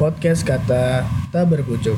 podcast kata tak berpucuk.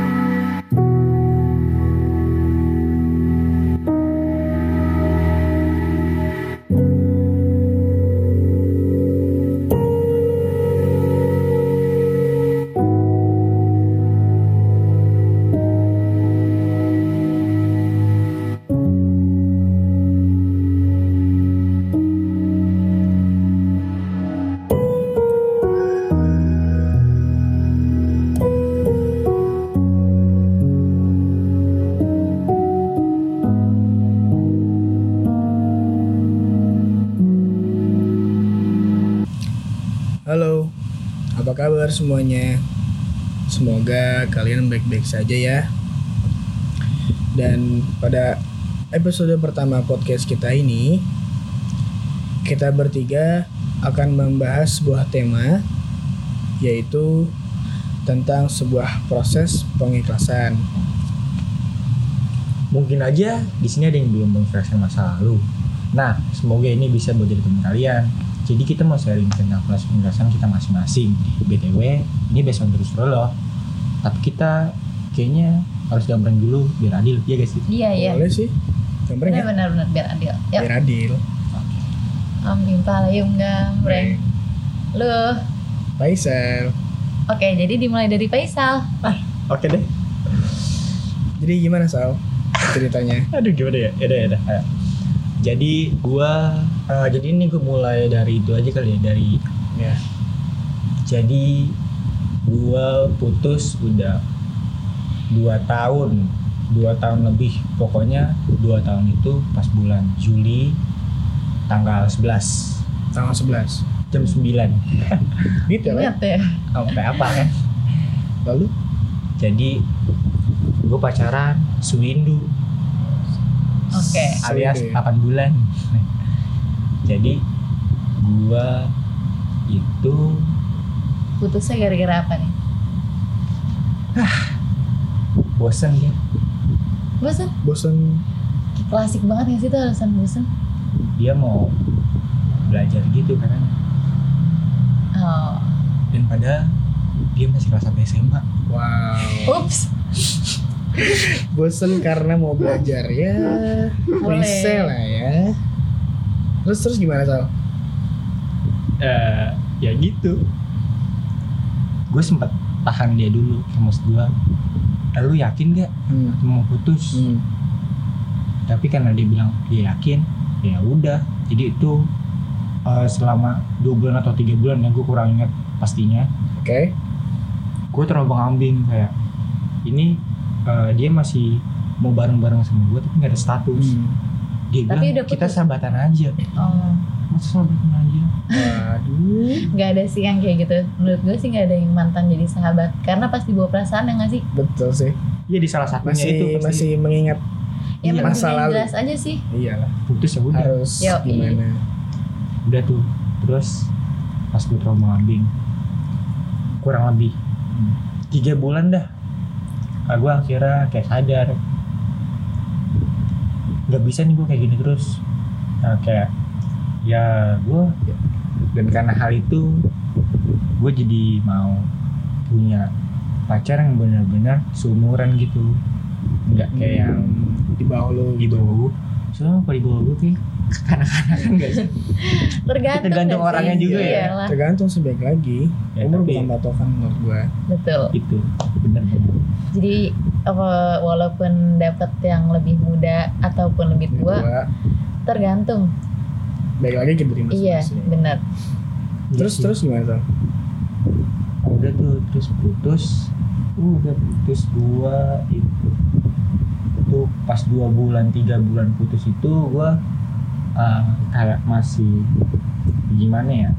Halo, apa kabar semuanya? Semoga kalian baik-baik saja ya. Dan pada episode pertama podcast kita ini, kita bertiga akan membahas sebuah tema, yaitu tentang sebuah proses pengikhlasan. Mungkin aja di sini ada yang belum mengikhlaskan masa lalu. Nah, semoga ini bisa buat jadi teman kalian. Jadi kita mau sharing tentang proses pengikhlasan kita masing-masing. BTW, ini based on true story loh. Tapi kita kayaknya harus gambarin dulu biar adil, ya guys? Iya. Boleh sih, gambarnya ya? Benar biar adil. Yuk. Biar adil. Payung gambreng. Lu. Faisal. Oke, jadi dimulai dari Faisal. Oke deh. Jadi gimana Sal ceritanya? Aduh gimana ya? Ya udah. Ayo. Jadi jadi ini gue mulai dari itu aja kali ya, dari Ya. jadi gue putus udah 2 tahun lebih. Pokoknya 2 tahun itu pas bulan Juli tanggal 11 Tanggal 11. jam 9 Detail ya? Ingat ya. sampai apa kan. Lalu? Jadi gue pacaran Suwindu Oke. alias Suwindu. 8 bulan. Jadi gue itu Putusnya gara-gara apa nih? bosen ya. Bosan? Klasik banget gak sih itu alasan bosan? Dia mau belajar gitu kan. Oh. Dan padahal dia masih kelas 1 SMA. Wow. Ups. Bosen karena mau belajar ya. Boleh. Bisa lah ya. Terus gimana Sal? Ya gitu. Gue sempat tahan dia dulu sama gue. Lu yakin gak mau putus? Tapi karena dia bilang dia yakin, ya udah. Jadi itu selama 2 bulan atau 3 bulan ya, gue kurang ingat pastinya. Oke. Gue terombang-ambing kayak ini dia masih mau bareng-bareng sama gue tapi nggak ada status. Dia Tapi bilang udah kita putus. sahabatan aja. Oh. Masa sahabatan aja? Waduh. Gak ada sih yang kayak gitu. Menurut gue sih gak ada yang mantan jadi sahabat. Karena pasti bawa perasaan ya gak sih? Betul sih. Iya, di salah satunya itu pasti Masih mengingat Ya Iya, penting masa yang lalu. jelas aja sih. iyalah. putus ya udah. Harus Yoi. gimana? Udah tuh. Terus pas gue terombang-ambing kurang lebih 3 bulan dah. Gue akhirnya kayak sadar nggak bisa nih gue kayak gini terus. Kayak ya gue, dan karena hal itu gue jadi mau punya pacar yang benar-benar seumuran gitu, nggak kayak yang di bawah lu di bawah gue. Soalnya kalau di bawah gue kayak kanak-kanakan nggak sih? Tergantung Tergantung gak orangnya sih? juga ya. Iyalah. Tergantung sih baik lagi. Ya, Umur tapi- bukan patokan menurut gua. Betul. Itu benar. Jadi walaupun dapat yang lebih muda ataupun lebih tua, Gua tergantung. baik lagi ke diri Iya, masing-masing. benar. Terus gimana Sal? Udah tuh terus putus. Udah putus gua itu pas 2 bulan 3 bulan putus itu gua kayak masih gimana ya,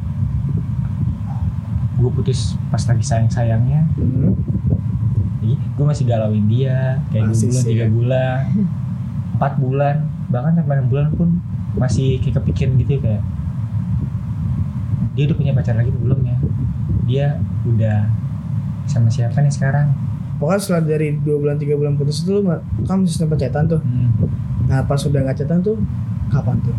gue putus pas lagi sayang-sayangnya. Jadi gue masih galauin dia kayak 2 Masih bulan sih, 3 ya. bulan 4 bulan bahkan sampai 6 bulan pun masih kayak kepikiran gitu, kayak dia udah punya pacar lagi belum ya, dia udah sama siapa nih sekarang. Pokoknya setelah dari 2 bulan 3 bulan putus itu lu kan masih sempat chatan tuh. Nah pas udah gak chatan tuh kapan tuh?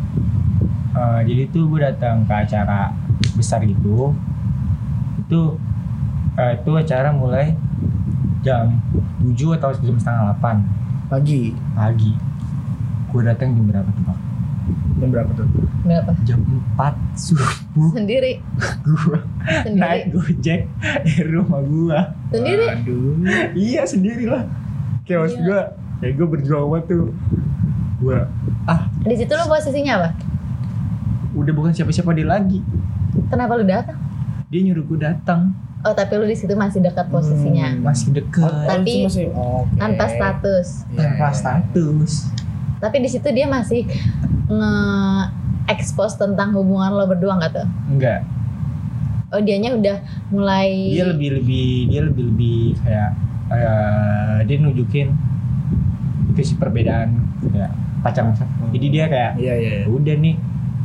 Jadi tuh gue datang ke acara besar gitu. Itu Itu acara mulai jam 7 atau jam setengah 8 Pagi. Gue datang jam berapa tuh Pak? Jam berapa tuh? Berapa? Jam 4 subuh. Sendiri. Gue naik gojek dari rumah gue. Sendiri. Aduh. Iya sendiri lah. Kayak maksud gue, kayak gue berjuang banget tuh. Gue Di situ lu posisinya apa? udah bukan siapa-siapa dia lagi. Kenapa lu datang? Dia nyuruh gue datang. Oh, tapi lu di situ masih dekat posisinya. Masih deket. Tapi oke. tanpa status. Tanpa status. Tapi di situ dia masih nge-expose tentang hubungan lo berdua nggak tuh? Enggak. Oh, dianya udah mulai. Dia lebih kayak dia nunjukin itu sih perbedaan kayak pacaran. Jadi dia kayak Iya. udah nih.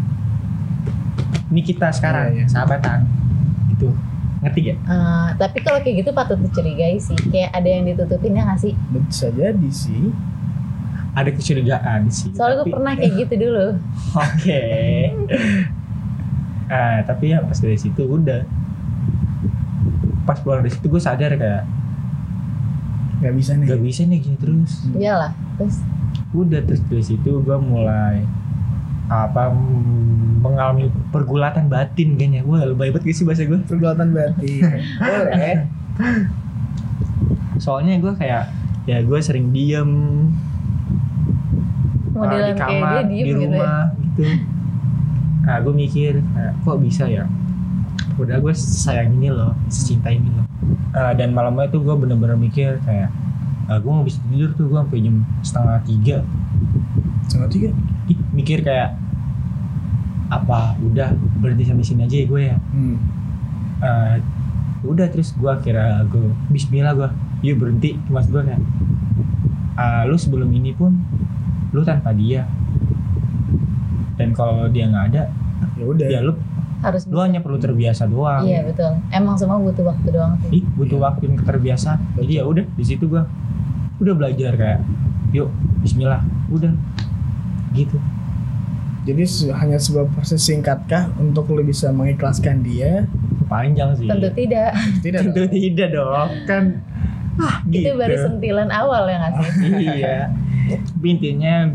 Ini kita sekarang Iya. sahabatan gitu. Ngerti gak? Tapi kalau kayak gitu patut dicurigai sih. Kayak ada yang ditutupinnya nggak sih? Bisa jadi sih. Ada kecurigaan sih. Soalnya gue pernah kayak gitu dulu. Oke. Tapi ya pas dari situ udah. Pas pulang dari situ gue sadar kayak Gak bisa nih. gak bisa nih gini terus. Iyalah. Terus Udah terus dari situ gue mulai mengalami pergulatan batin kayaknya. Wah lebay banget gak sih bahasa gue? Pergulatan batin. Boleh. Soalnya gue kayak ya gue sering diem modelan di kayak kamar, dia diem di gitu ya. rumah gitu. Nah gue mikir kok bisa ya? Udah gue sayang ini loh, secinta ini loh. Dan malamnya tuh gue bener-bener mikir kayak gue gak bisa tidur tuh, gue sampai jam 2:30. Setengah 3. Ih, mikir kayak apa udah berhenti sampai sini aja ya gue ya. Udah terus gue akhirnya gue bismillah gue yuk berhenti. Mas gue kayak lu sebelum ini pun lu tanpa dia, dan kalau dia nggak ada Ya udah. ya lu Harus lu hanya perlu terbiasa doang. Iya betul. Emang semua butuh waktu doang sih. Butuh waktu dan keterbiasaan. Jadi ya udah di situ gue udah belajar kayak yuk bismillah udah gitu. Jadi hanya sebuah proses singkatkah untuk lu bisa mengikhlaskan dia? Panjang sih. Tentu tidak. Tidak. Tentu dong. tidak dong kan. Gitu. Itu baru sentilan awal ya nggak sih? Iya. Tapi intinya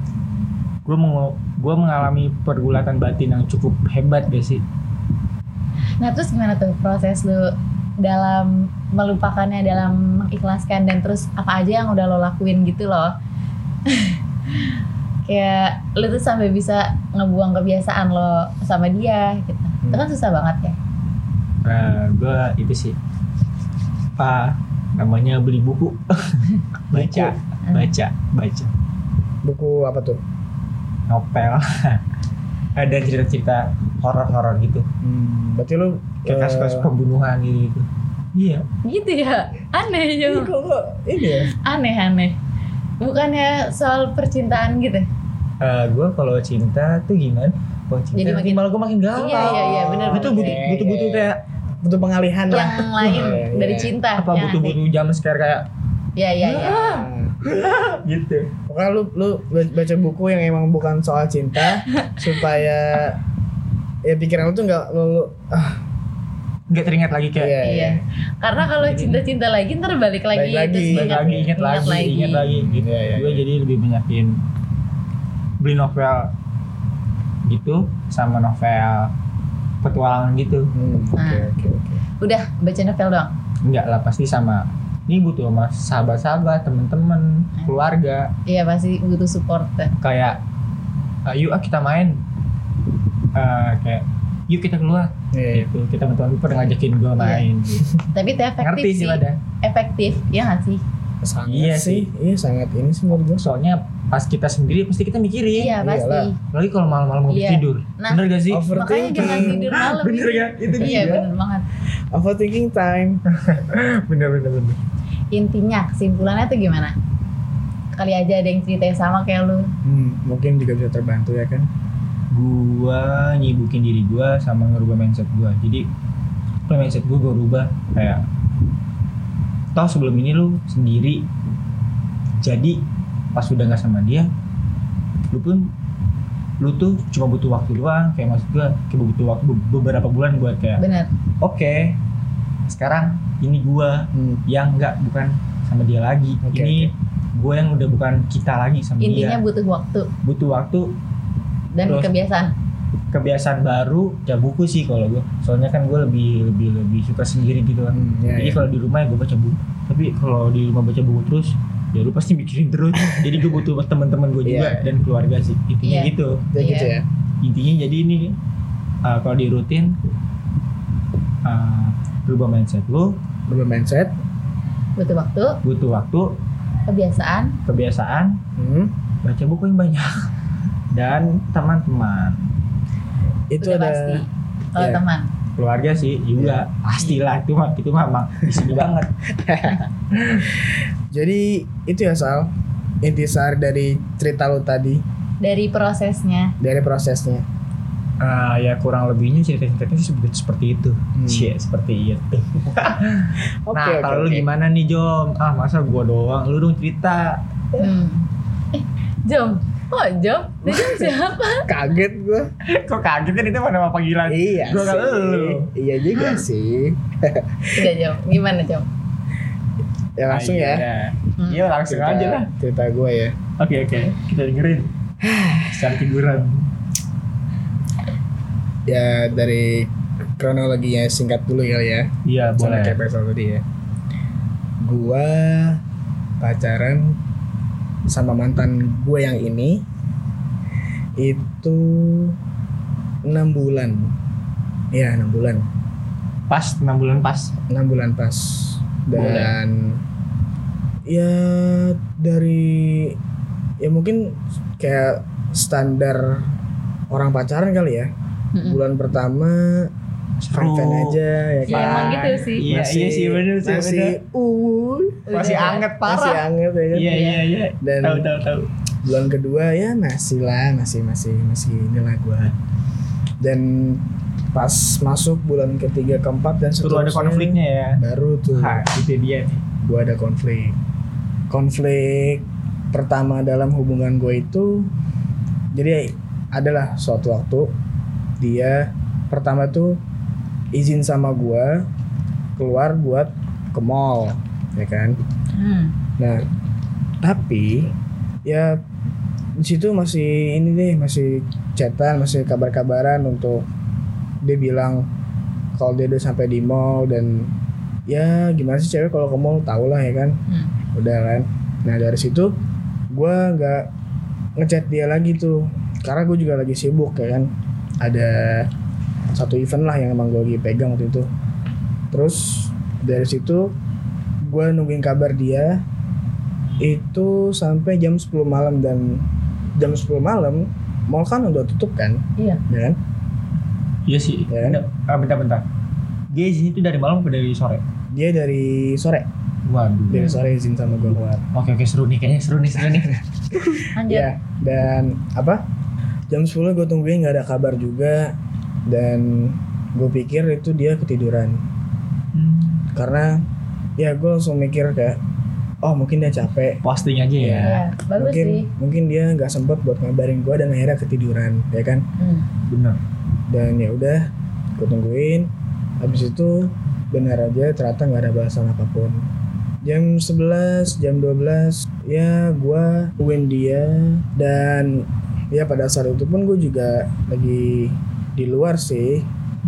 gue mengalami pergulatan batin yang cukup hebat gak sih? Nah terus gimana tuh proses lu dalam melupakannya, dalam mengikhlaskan, dan terus apa aja yang udah lo lakuin gitu loh? Kayak lu tuh sampai bisa ngebuang kebiasaan lo sama dia gitu. Itu kan susah banget ya. Gue itu sih namanya beli buku. baca Buku apa tuh? novel. Ada cerita-cerita horor-horor gitu. Berarti lu Kayak kasus-kasus pembunuhan gitu. Iya. Gitu ya? Aneh Ini ya. kok ini ya? Aneh-aneh. Bukannya soal percintaan gitu? Gue kalau cinta tuh gimana? Kalau cinta Jadi makin- malah gue makin galau. Iya, benar. Gue tuh butuh kayak Butuh pengalihan lah. Yang lain Iya, dari iya. cinta. apa ya nggak sih? butuh jam scare kayak Iya. gitu. Pokoknya lu baca buku yang emang bukan soal cinta supaya ya pikiran lu tuh nggak lu Nggak teringat lagi kayak Iya. Karena kalau cinta-cinta lagi ntar balik lagi, Balik lagi. terus ingat lagi ingat lagi gitu. Iya, iya, Gue iya. jadi lebih banyakin beli novel gitu sama novel petualangan gitu. Oke. Udah baca novel doang. Enggak lah, pasti sama ini butuh sama sahabat-sahabat, temen-temen, keluarga. Iya pasti butuh support ya. Kayak yuk kita main, kayak yuk kita keluar. Iya. Gitu. Kita teman-teman pada ngajakin gue main. Gitu. Tapi itu efektif Ngerti sih pada. Efektif, ya nggak sih? Sangat Iya sih. Iya sangat ini sih menurut gue. Soalnya pas kita sendiri pasti kita mikirin. Iya pasti. Iyalah. Lagi kalau malam-malam mau Iya. tidur. Nah, Bener gak sih? Makanya jangan tidur malam. Bener gitu. ya? Itu Iya dia. bener banget. Overthinking time. Bener. Intinya kesimpulannya tuh gimana? Kali aja ada yang cerita yang sama kayak lu. Mungkin juga bisa terbantu ya kan. Gua nyibukin diri gua sama ngerubah mindset gua. Jadi mindset gua rubah kayak toh sebelum ini lu sendiri. Jadi pas udah nggak sama dia, lu tuh cuma butuh waktu doang. Kayak maksud gua kayak butuh waktu beberapa bulan buat kayak Bener. oke, sekarang ini gua yang bukan sama dia lagi. Ini gua yang udah bukan kita lagi sama dia. Intinya butuh waktu dan kebiasaan baru buku sih kalau gue, soalnya kan gue lebih suka sendiri gitu kan. Jadi kalau di rumah ya gue baca buku, tapi kalau di rumah baca buku terus ya lu pasti mikirin terus. Jadi gue butuh teman-teman gue juga dan keluarga sih, intinya gitu. Gitu ya. Intinya jadi ini kalau di rutin berubah mindset, butuh waktu, kebiasaan, baca buku yang banyak, dan teman-teman. Itu udah ada pasti. Kalau teman, keluarga sih juga pastilah, itu mah di sini banget. Jadi itu ya Sal, intisari dari cerita lo tadi. Dari prosesnya. Ya kurang lebihnya cerita-ceritanya sih seperti itu. Seperti itu. Nah, kalau lu gimana nih Jom? Masa gua doang, lu dong cerita. Jom. Oh Jom? Jom siapa? Kaget gua. Kok kaget kan, itu nama panggilan. Iya gua kalau lu. Iya juga sih. Udah Jom, gimana Jom? Ya langsung ya. Iya langsung aja lah. Cerita gue ya. Oke, kita dengerin. Secara figuran. Ya dari kronologinya singkat dulu ya. Iya boleh. Sama kayak episode tadi ya. Gua pacaran sama mantan gue yang ini itu 6 bulan. Ya 6 bulan. Pas 6 bulan pas. 6 bulan pas. Dan ya dari ya mungkin kayak standar orang pacaran kali ya. Bulan pertama fine aja ya kan. Emang gitu sih. Iya sih benar sih. Masih anget parah. Masih anget ya kan. Iya. Dan tahu. Bulan kedua ya masih inilah gua. Dan pas masuk bulan ketiga, keempat dan seterusnya. Baru ada konfliknya ya. Baru tuh. Itu dia nih. Gua ada konflik. Konflik pertama dalam hubungan gue itu, jadi adalah suatu waktu dia pertama tuh izin sama gue keluar buat ke mall, ya kan. Nah, tapi ya di situ masih masih chatan, masih kabar-kabaran untuk dia bilang kalau dia udah sampai di mall, dan ya gimana sih cewek kalau ke mall, tau lah ya kan. Udah kan. Nah dari situ gue nggak ngechat dia lagi tuh, karena gue juga lagi sibuk ya kan. Ada satu event lah yang emang gue lagi pegang waktu itu. Terus dari situ gue nungguin kabar dia itu sampai jam 10 malam, dan jam 10 malam mall kan udah tutup kan. Iya. Ya kan? Iya sih. Ya kan? Bentar. Dia izin itu dari malam atau dari sore? Dia dari sore. Waduh. Dari sore izin sama gue keluar. Oke, seru nih. Lanjut. Ya, dan jam 10 gue tungguin gak ada kabar juga. Dan gue pikir itu dia ketiduran. Karena ya gue langsung mikir kayak, oh mungkin dia capek, posting aja ya. Bagus sih. Mungkin dia nggak sempet buat ngabarin gue dan akhirnya ketiduran, ya kan. Benar. Dan ya udah gue tungguin. Habis itu benar aja ternyata nggak ada balasan apapun. Jam 11, jam 12 ya gue tungguin dia. Dan ya pada saat itu pun gue juga lagi di luar sih.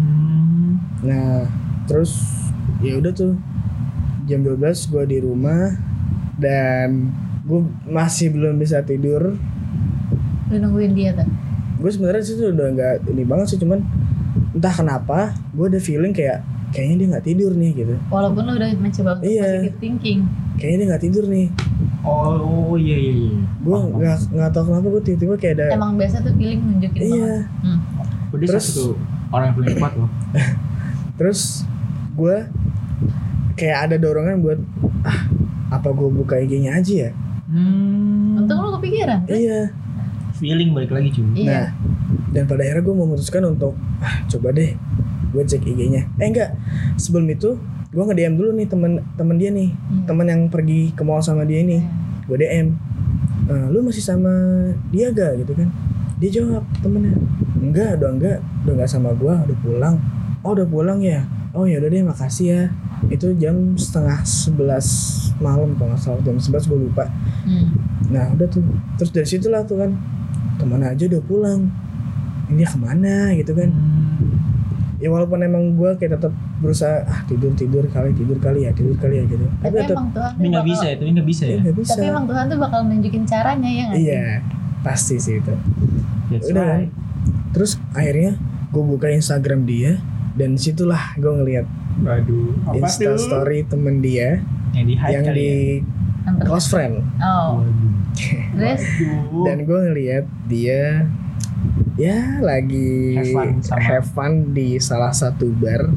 Nah terus ya udah tuh jam 12 gue di rumah dan gue masih belum bisa tidur. Lu nungguin dia kan? Gue sebenarnya sih udah nggak ini banget sih, cuman entah kenapa gue ada feeling kayaknya dia nggak tidur nih gitu. Walaupun lu udah mencoba untuk positive thinking. Kayaknya dia nggak tidur nih. Oh iya. Gue nggak tahu kenapa gue tiba-tiba kayak ada. Emang biasa tuh feeling nunjukin banget. Dia terus satu orang yang paling kuat loh. Terus gue kayak ada dorongan buat apa gue buka IG-nya aja ya. Untung lu kepikiran kan? Iya. Feeling balik lagi cuy. Nah, dan pada akhirnya gue memutuskan untuk coba deh gue cek IG-nya. Enggak, sebelum itu gue nge-DM dulu nih temen dia nih, temen yang pergi ke mall sama dia ini. Gue DM, lu masih sama dia gak gitu kan? Dia jawab temennya, udah enggak sama gue, udah pulang. Oh udah pulang ya? Oh ya udah deh, makasih ya. Itu jam 10:30 malam kalau nggak salah, jam 11 gue lupa. Nah udah tuh, terus dari situlah tuh kan, kemana aja udah pulang, ini dia kemana gitu kan. Ya walaupun emang gue kayak tetap berusaha tidur kali ya gitu. Tapi emang Tuhan Ini nggak bisa ya, nggak bisa ya. Nggak bisa. Tapi emang Tuhan tuh bakal nunjukin caranya ya nggak? Iya pasti sih itu. That's Udah kan. right. Terus akhirnya gue buka Instagram dia, dan situlah gue ngeliat Waduh, apa Insta tuh? story temen dia Yang di hide yang kali di Yang close friend. Oh, terus Dan gue ngeliat dia ya lagi Have fun di salah satu bar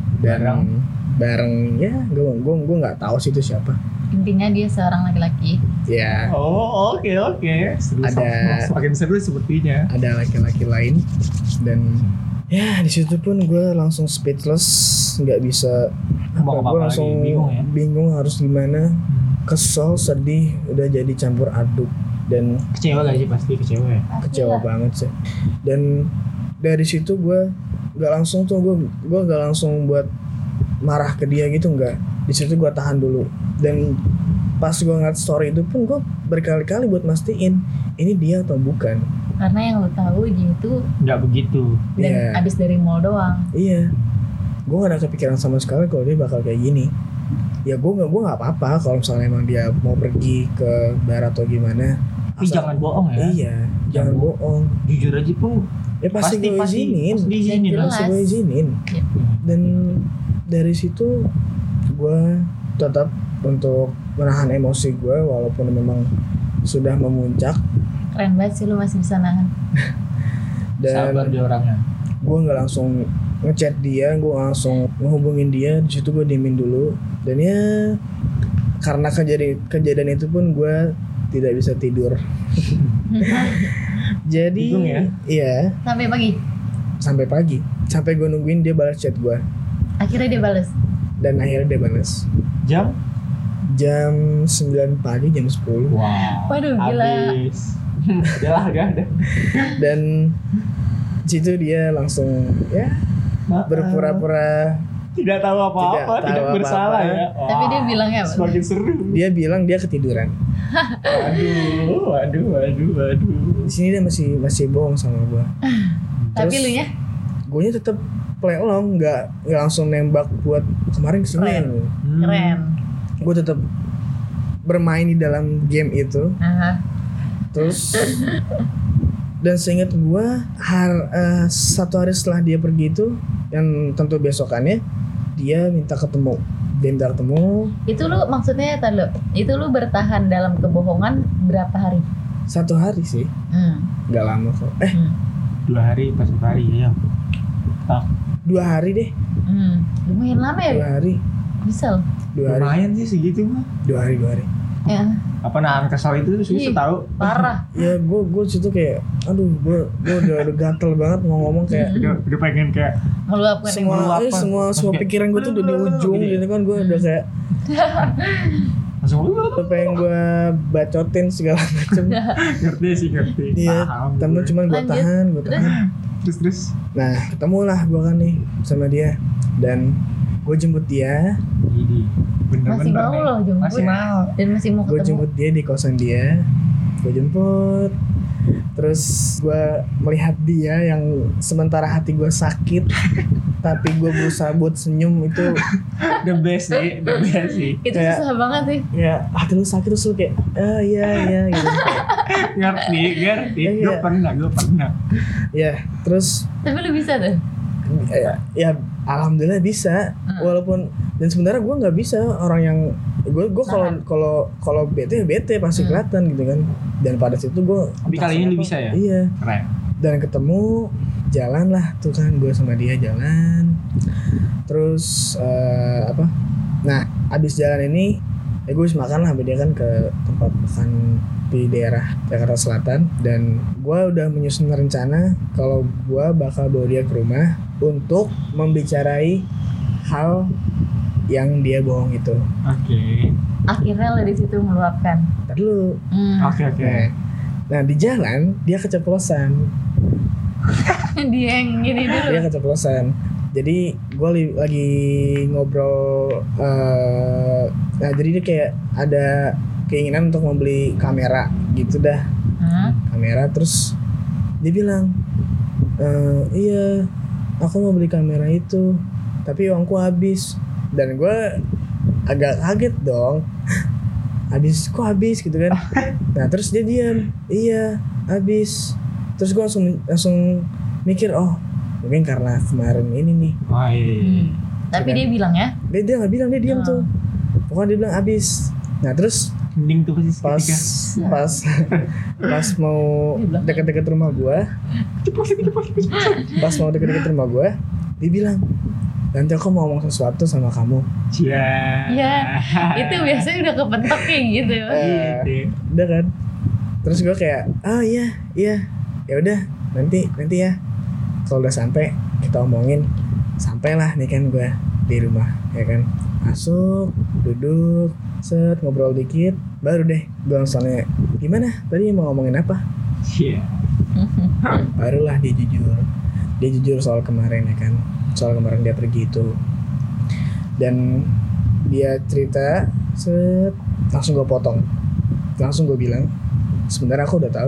bareng ya gue nggak tahu sih itu siapa intinya dia seorang laki-laki. ya. Oh, oke. Semakin seru sepertinya. Ada laki-laki lain, dan ya di situ pun gue langsung speechless, nggak bisa Mau gue apa-apa langsung lagi, bingung ya? bingung harus gimana, kesel, sedih, udah jadi campur aduk, dan Kecewa gak sih? Pasti kecewa ya. kecewa banget sih. Dan dari situ gue nggak langsung buat marah ke dia gitu, nggak. Di situ gue tahan dulu, dan pas gue ngeliat story itu pun gue berkali-kali buat mastiin ini dia atau bukan. Karena yang lo tahu dia itu Nggak begitu. dan Iya. abis dari mall doang. Iya, gue gak ada kepikiran sama sekali kalau dia bakal kayak gini. Ya gue nggak apa-apa kalau misalnya emang dia mau pergi ke bar atau gimana. Tapi jangan bohong ya. Iya, jangan bohong. Jujur aja pun. Ya pasti gue izinin. Pasti diizinin lah. Jelas. Pasti gue izinin. Ya. Dan dari situ gue tetap untuk menahan emosi gue walaupun memang sudah memuncak. Keren banget sih lu masih bisa nahan. Dan Sabar dia orangnya. gue nggak langsung ngechat dia, gue langsung menghubungin dia. Di situ gue diemin dulu, dan ya karena kejadian itu pun gue tidak bisa tidur. Jadi Bingung ya? iya, Sampai pagi. sampai gue nungguin dia balas chat gue, Akhirnya dia bales. dan akhirnya dia balas Jam? jam 9 pagi, jam 10. Wow. Waduh, gila. Habis. Udah lah, gak ada. Dan situ dia langsung ya berpura-pura Tidak tahu apa-apa, Tidak tahu tidak bersalah apa-apa. ya. Tapi dia bilangnya apa? Semakin seru. dia bilang dia ketiduran. Waduh. Di sini dia masih bohong sama gue. Tapi lu nya Gue tetap play along, nggak langsung nembak buat kemarin kesini. keren. Gue tetap bermain di dalam game itu. Aha. Terus dan seingat gue satu hari setelah dia pergi itu, yang tentu besokannya dia minta ketemu. Itu lu maksudnya tadi itu lu bertahan dalam kebohongan berapa hari? 1 hari sih, nggak lama kok. 2 hari pas 1 hari ya. 2 hari deh. Lumayan lama ya? 2 hari. Bisa loh. 2 hari. Lumayan sih segitu mah. 2 hari. Ya, Apa nahan kesal itu susah Ih. tahu. parah. Ya gue situ kayak, aduh gue udah gatel banget mau ngomong kayak. Udah pengen kayak Meluapkan emosi. semua pikiran gue tuh udah di ujung gitu kan, gue udah kayak langsung pengen gue bacotin segala macam. ngerti. Iya, Paham temen gue. cuman gue Lanjut. tahan. Terus. Nah, ketemulah gue kan nih sama dia, dan gue jemput dia. Jadi bener-bener Masih mau nih. loh jemput. Masih mau. Dan masih mau Gue ketemu. jemput dia di kosan dia. Gue jemput. Terus gue melihat dia yang sementara hati gue sakit, tapi gue berusaha buat senyum itu. The best sih. Itu Kayak- susah banget sih. Ya hati lu sakit terus lu kayak iya gitu. Ngerti. Iya. Gue pernah. Ya terus Tapi lu bisa tuh. ya alhamdulillah bisa. Walaupun dan sebenarnya gue nggak bisa orang yang gue kalau bete ya bete pasti kelihatan gitu kan. Dan pada situ gue Tapi kali ini lu bisa ya? Iya. Keren. Dan ketemu, jalan lah tuh kan, gue sama dia jalan. Terus nah abis jalan ini gue habis makan lah, dia kan ke tempat makan di daerah Jakarta Selatan. Dan gue udah menyusun rencana kalau gue bakal bawa dia ke rumah untuk membicaraai hal yang dia bohong itu. Oke. Akhirnya lo di situ meluapkan. Ntar dulu. Oke. Nah di jalan dia keceplosan. Dia yang gini dulu. Dia keceplosan. Jadi gue lagi ngobrol, nah jadi dia kayak ada keinginan untuk membeli kamera gitu dah. Kamera, terus dia bilang, iya aku mau beli kamera itu tapi uangku habis. Dan gue agak kaget dong, kok habis gitu kan. Nah terus dia diam, iya habis. Terus gue langsung mikir, oh mungkin karena kemarin ini nih. Oh iya. Tapi dia bilang ya? Dia nggak bilang, dia diam tuh. Pokoknya dia bilang habis. Nah terus mending tuh pasti pas mau deket-deket rumah gue, dia bilang, nanti aku mau ngomong sesuatu sama kamu. Iya. Itu biasanya udah kepentok kayak gitu. Udah kan. Terus gue kayak, iya, ya udah nanti ya. Kalau udah sampai kita omongin. Sampailah nih kan gue di rumah, ya kan. Masuk, duduk, set, ngobrol dikit, baru deh gue langsung nanya, gimana? Tadi mau ngomongin apa? Iya. Barulah dia jujur soal kemarin, ya kan. Soal kemarin dia pergi itu. Dan dia cerita, set, langsung gue potong. Langsung gue bilang, sebenarnya aku udah tahu.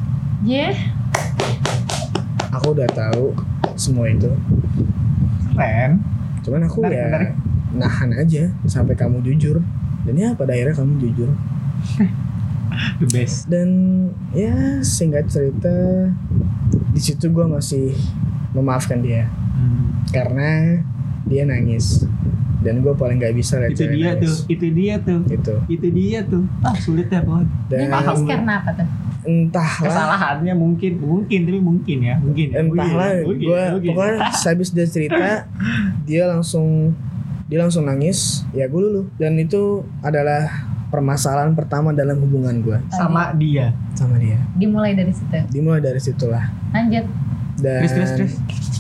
Aku udah tahu semua itu. Keren. Cuman aku nahan aja sampai kamu jujur. Dan ya pada akhirnya kamu jujur. The best. Dan ya singkat cerita, di situ gue masih memaafkan dia. Karena dia nangis. Dan gue paling gak bisa lihat cewek nangis. Itu dia tuh. Sulit ya pokoknya. Dan nangis karena apa tuh? Entahlah. Kesalahannya mungkin ya. Entahlah. Gue pokoknya habis dia cerita, dia langsung nangis. Ya gue dulu. Dan itu adalah permasalahan pertama dalam hubungan gue. Sama dia. Dimulai dari situlah. Lanjut. Dan Chris.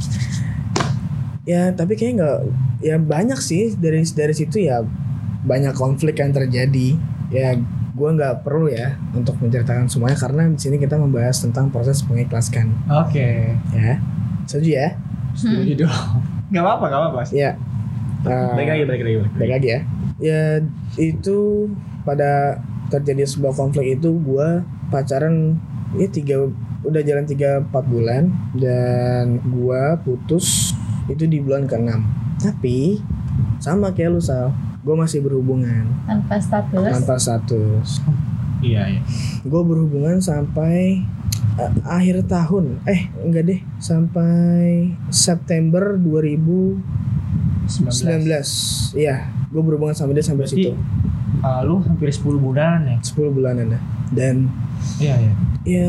Ya tapi kayaknya nggak, ya banyak sih dari situ ya, banyak konflik yang terjadi. Ya gue nggak perlu ya untuk menceritakan semuanya karena di sini kita membahas tentang proses mengikhlaskan. Oke. Ya, setuju ya? Setuju dong. Gak apa-apa. Ya. Balik lagi ya. Ya itu pada terjadi sebuah konflik itu gue pacaran ya udah jalan 3-4 bulan dan gue putus itu di bulan ke-6. Tapi sama kayak lu Sal, gue masih berhubungan tanpa status. Iya. Gue berhubungan sampai akhir tahun. Enggak deh, sampai September 2019. Iya, gue berhubungan sama dia sampai situ. Lu hampir 10 bulanan ya? 10 bulanan dah. Dan iya. Ya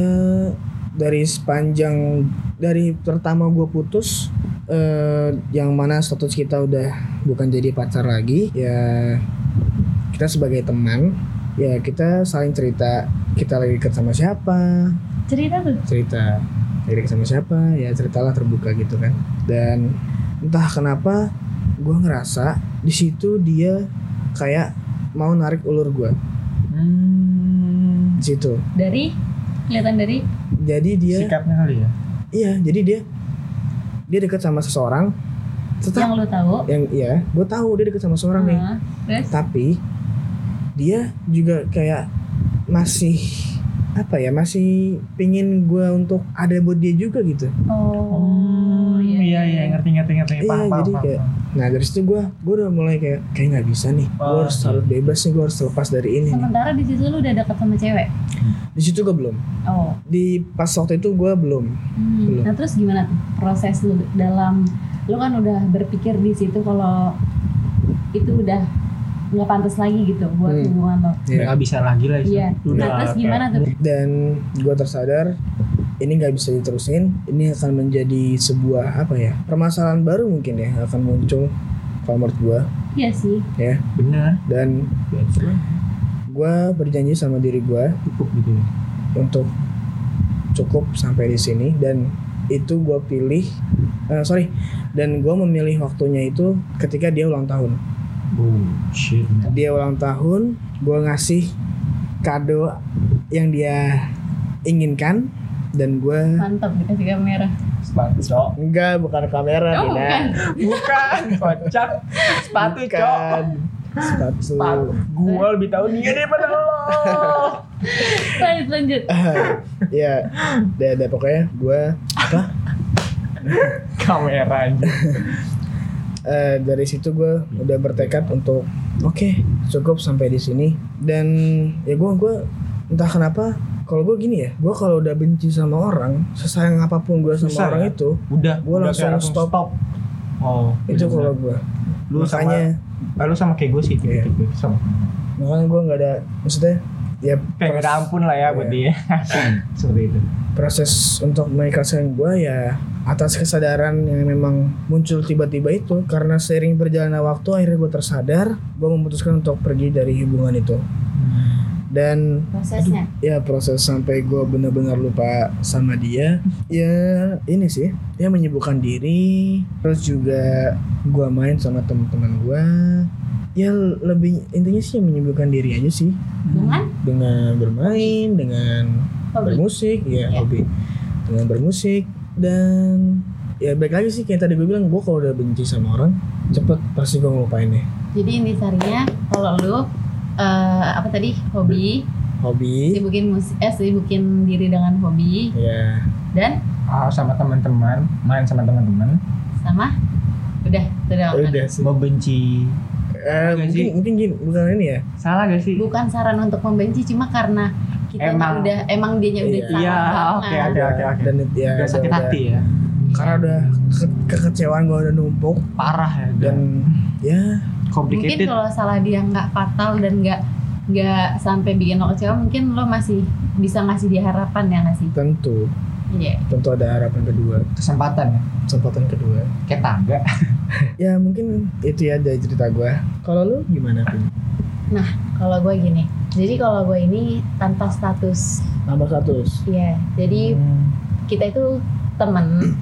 dari pertama gue putus, yang mana status kita udah bukan jadi pacar lagi, ya kita sebagai teman, ya kita saling cerita kita lagi dekat sama siapa, cerita lagi dekat sama siapa, ya ceritalah terbuka gitu kan. Dan entah kenapa gue ngerasa di situ dia kayak mau narik ulur gue. Di situ. Kelihatan dari? Jadi dia sikapnya kali ya. Iya, jadi dia dekat sama seseorang. Yang lu tahu? Gue tahu dia dekat sama seseorang nih. Terus? Tapi dia juga kayak masih masih pingin gue untuk ada buat dia juga gitu. Iya, ngerti. Iya, jadi kayak, nah dari situ gue udah mulai kayak nggak bisa nih, gue harus bebas nih, gue harus lepas dari ini. Sementara di situ lu udah dekat sama cewek? Di situ gue belum. Di pas waktu itu gue belum. Nah terus gimana tuh proses lu dalam, lu kan udah berpikir di situ kalau itu udah nggak pantas lagi gitu buat hubungan lo. Nggak bisa lagi lah. Iya. Nah terus gimana tuh? Dan gue tersadar ini nggak bisa diterusin. Ini akan menjadi sebuah permasalahan baru mungkin ya akan muncul kalau menurut gue. Iya sih. Ya. Benar. Dan gue berjanji sama diri gue untuk cukup sampai di sini, dan itu gue pilih. Dan gue memilih waktunya itu ketika dia ulang tahun. Dia ulang tahun, gue ngasih kado yang dia inginkan, dan gue mantap dikasih kamera. Sepatu, Cok. Enggak, bukan kamera, Oh, Dina. Bukan, kocak. Sepatu, Cok. Bukan. Sepatu. Sepatu. Gua lebih tahu dia daripada lo. Lanjut. Ya, deh pokoknya gue apa? Kamera aja. Dari situ gue udah bertekad untuk oke, cukup sampai di sini. Dan ya gue entah kenapa kalau gue gini ya, gue kalau udah benci sama orang, sesayang apapun gue sama Susah, orang ya? itu, Udah langsung kayak stop. Oh, Itu bener-bener. kalau gue. Lu Makanya lu sama kayak gue sih, Iya. tipe-tipe sama. makanya gue nggak ada, maksudnya ya Kayak gak ada ampun lah ya buat Iya. dia. Seperti itu. proses untuk mengikhlaskan gue ya atas kesadaran yang memang muncul tiba-tiba itu, karena seiring berjalannya waktu akhirnya gue tersadar, gue memutuskan untuk pergi dari hubungan itu. Dan Prosesnya. ya proses sampai gue benar-benar lupa sama dia ya ini sih ya menyibukkan diri, terus juga gue main sama teman-teman gue, ya lebih intinya sih menyibukkan diri aja sih dengan bermain, dengan Hobi. bermusik ya Ya. hobi dengan bermusik. Dan ya baik lagi sih kayak tadi gue bilang, gue kalau udah benci sama orang cepet pasti gue ngelupain deh. Jadi intisarinya kalau lu apa tadi hobi, Hobi sibukin diri dengan hobi ya dan Sama teman-teman, main sama teman-teman. sama udah udah sih. Membenci. Enggak sih. mungkin gini, bukan ini ya. Salah gak sih? bukan saran untuk membenci, cuma karena kita emang dianya udah Iya. salah Iya, banget. oke. Dan ya Udah sakit udah- hati ya. karena udah kekecewaan gue udah numpuk Parah ya. dan ya Mungkin complicated. kalau salah dia nggak fatal dan nggak sampai bikin lo kecewa, mungkin lo masih bisa ngasih dia harapan ya nggak sih? tentu Iya. ada harapan kedua, Kesempatan ya. kesempatan kedua. Kayak tangga. Ya mungkin itu ya dari cerita gue. Kalau lu gimana Pin? Kalau gue gini, jadi kalau gue ini tanpa status, Nambah status. ya. Jadi kita itu temen,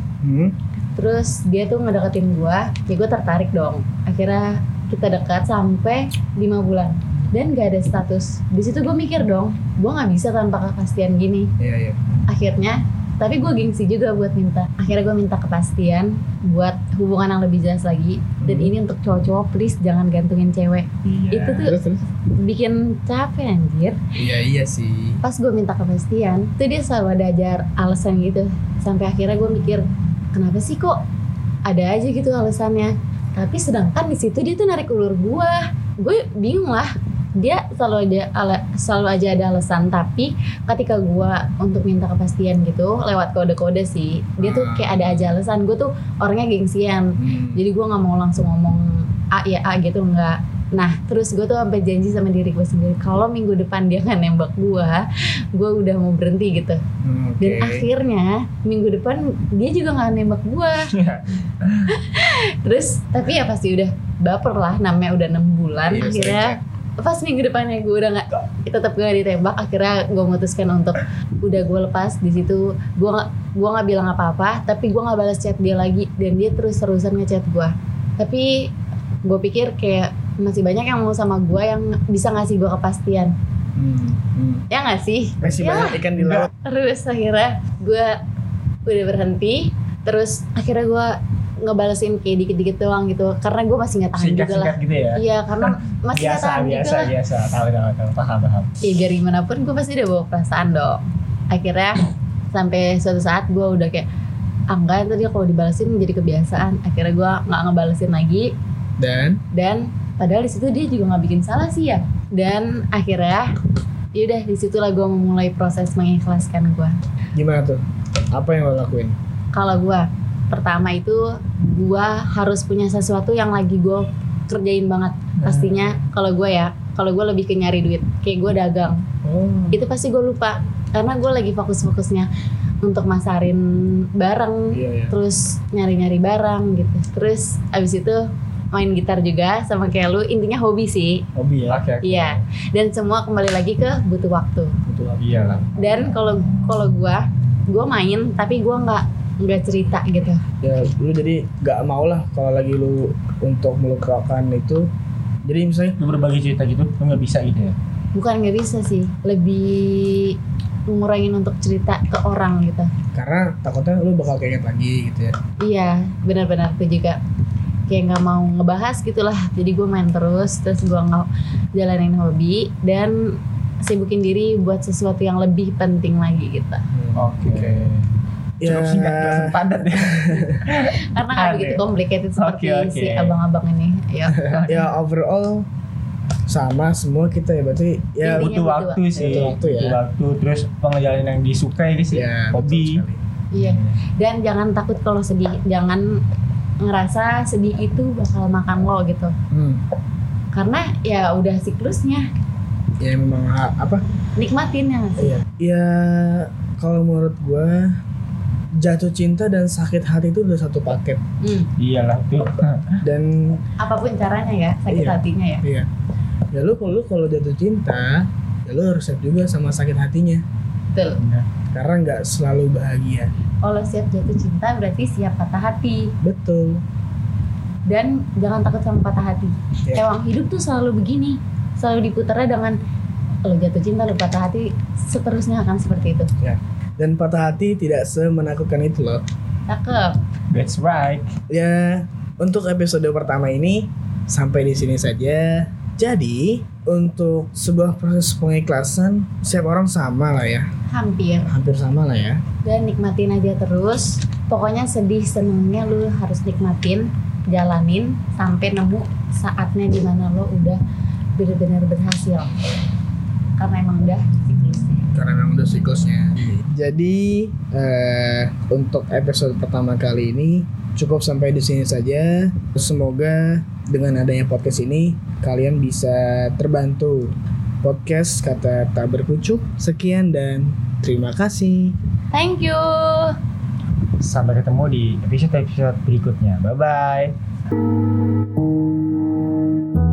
terus dia tuh ngedeketin gue, ya gue tertarik dong. Akhirnya kita dekat sampai 5 bulan dan gak ada status. Di situ gue mikir dong, gue nggak bisa tanpa kepastian gini. Iya. Akhirnya, tapi gue gengsi juga buat minta. Akhirnya gue minta kepastian buat hubungan yang lebih jelas lagi. Dan ini untuk cowok-cowok, please jangan gantungin cewek. Itu tuh Terus. bikin capek anjir. Iya sih. Pas gue minta kepastian, tuh dia selalu ada ajar alasan gitu. Sampai akhirnya gue mikir, kenapa sih kok ada aja gitu alasannya. Tapi sedangkan di situ dia tuh narik ulur gue bingung lah. Dia selalu aja ada alasan. Tapi ketika gue untuk minta kepastian gitu lewat kode-kode sih, dia tuh kayak ada aja alasan. Gue tuh orangnya gengsian, jadi gue nggak mau langsung ngomong A ya A gitu, nggak. Nah terus gue tuh sampai janji sama diri gue sendiri, kalau minggu depan dia nggak nembak gue udah mau berhenti gitu. Dan akhirnya minggu depan dia juga nggak nembak gue. Terus tapi ya pasti udah baper lah, namanya udah 6 bulan. Iya, Akhirnya pas minggu depannya gue udah nggak, tetap gak ditembak. Akhirnya gue memutuskan untuk udah gue lepas di situ. Gue nggak bilang apa-apa, tapi gue nggak balas chat dia lagi, dan dia terus-terusan ngechat gue. Tapi gue pikir kayak masih banyak yang mau sama gue yang bisa ngasih gue kepastian. Ya nggak sih? Masih Ya. banyak ikan di laut. Terus akhirnya gue udah berhenti. Terus akhirnya gue ngebalesin kayak dikit-dikit doang gitu, karena gue masih nggak tahan juga lah. Singkat-singkat gitu ya. Iya, karena masih nggak tahan juga lah. biasa. Tahu. Paham. Ya dari manapun gue pasti udah bawa perasaan dong. Akhirnya sampai suatu saat gue udah kayak enggak, tadi kalau dibalesin jadi kebiasaan. Akhirnya gue nggak ngebalesin lagi. Dan padahal di situ dia juga nggak bikin salah sih ya. Dan akhirnya yaudah disitulah gue memulai proses mengikhlaskan gue. Gimana tuh? Apa yang lo lakuin? Kalau gue pertama itu gue harus punya sesuatu yang lagi gue kerjain banget. Pastinya kalau gue lebih ke nyari duit, kayak gue dagang. Itu pasti gue lupa karena gue lagi fokus-fokusnya untuk masarin barang. Iya. Terus nyari-nyari barang gitu. Terus abis itu main gitar juga sama kayak lu, intinya hobi sih. Hobi ya. Oke. Iya. Dan semua kembali lagi ke butuh waktu. Betul. Iyalah. Dan kalau gue main tapi gue nggak cerita gitu. Ya lu jadi nggak mau lah kalau lagi lu untuk melukakan itu. Jadi misalnya Lu berbagi cerita gitu, lu nggak bisa gitu ya? Bukan nggak bisa sih, lebih ngurangin untuk cerita ke orang gitu. karena takutnya lu bakal keinget lagi gitu ya. Iya, benar-benar tuh juga kayak nggak mau ngebahas gitulah. Jadi gue main terus gue nggak jalanin hobi dan sibukin diri buat sesuatu yang lebih penting lagi gitu. Oke. Cukup singkat, gak langsung padat ya. Karena nggak begitu complicated seperti si abang-abang ini. Ayo. Ya overall sama semua kita ya, berarti ya Intinya butuh waktu sih. Butuh waktu ya. Butuh waktu, terus pengejalan yang disukai sih. ya Hobi. betul sekali. Iya. Dan jangan takut kalau sedih. Jangan ngerasa sedih itu bakal makan lo gitu. Karena ya udah siklusnya. Ya memang apa? Nikmatin ya nggak sih? Iya. Ya kalau menurut gua jatuh cinta dan sakit hati itu udah satu paket. Iyalah tuh. Dan Apapun caranya ya, sakit Iya. hatinya ya. iya. Ya lu kalau jatuh cinta, ya lu harus siap juga sama sakit hatinya. Betul. Karena nggak selalu bahagia. Kalau siap jatuh cinta berarti siap patah hati. Betul. Dan jangan takut sama patah hati. Iya. Emang hidup tuh selalu begini. Selalu diputarnya dengan lo jatuh cinta, lo patah hati, seterusnya akan seperti itu. Ya. Dan patah hati tidak semenakutkan itu loh. Cakep. That's right. Ya, untuk episode pertama ini sampai di sini saja. Jadi, untuk sebuah proses pengikhlasan setiap orang sama lah ya. Hampir sama lah ya. Dan nikmatin aja terus. Pokoknya sedih senengnya lu harus nikmatin, jalanin sampai nemu saatnya dimana lo udah benar-benar berhasil. Karena emang udah siklusnya. Jadi untuk episode pertama kali ini cukup sampai di sini saja. Semoga dengan adanya podcast ini kalian bisa terbantu. Podcast Kata Tak Berkucuk. Sekian dan terima kasih. Thank you. Sampai ketemu di episode berikutnya. Bye bye.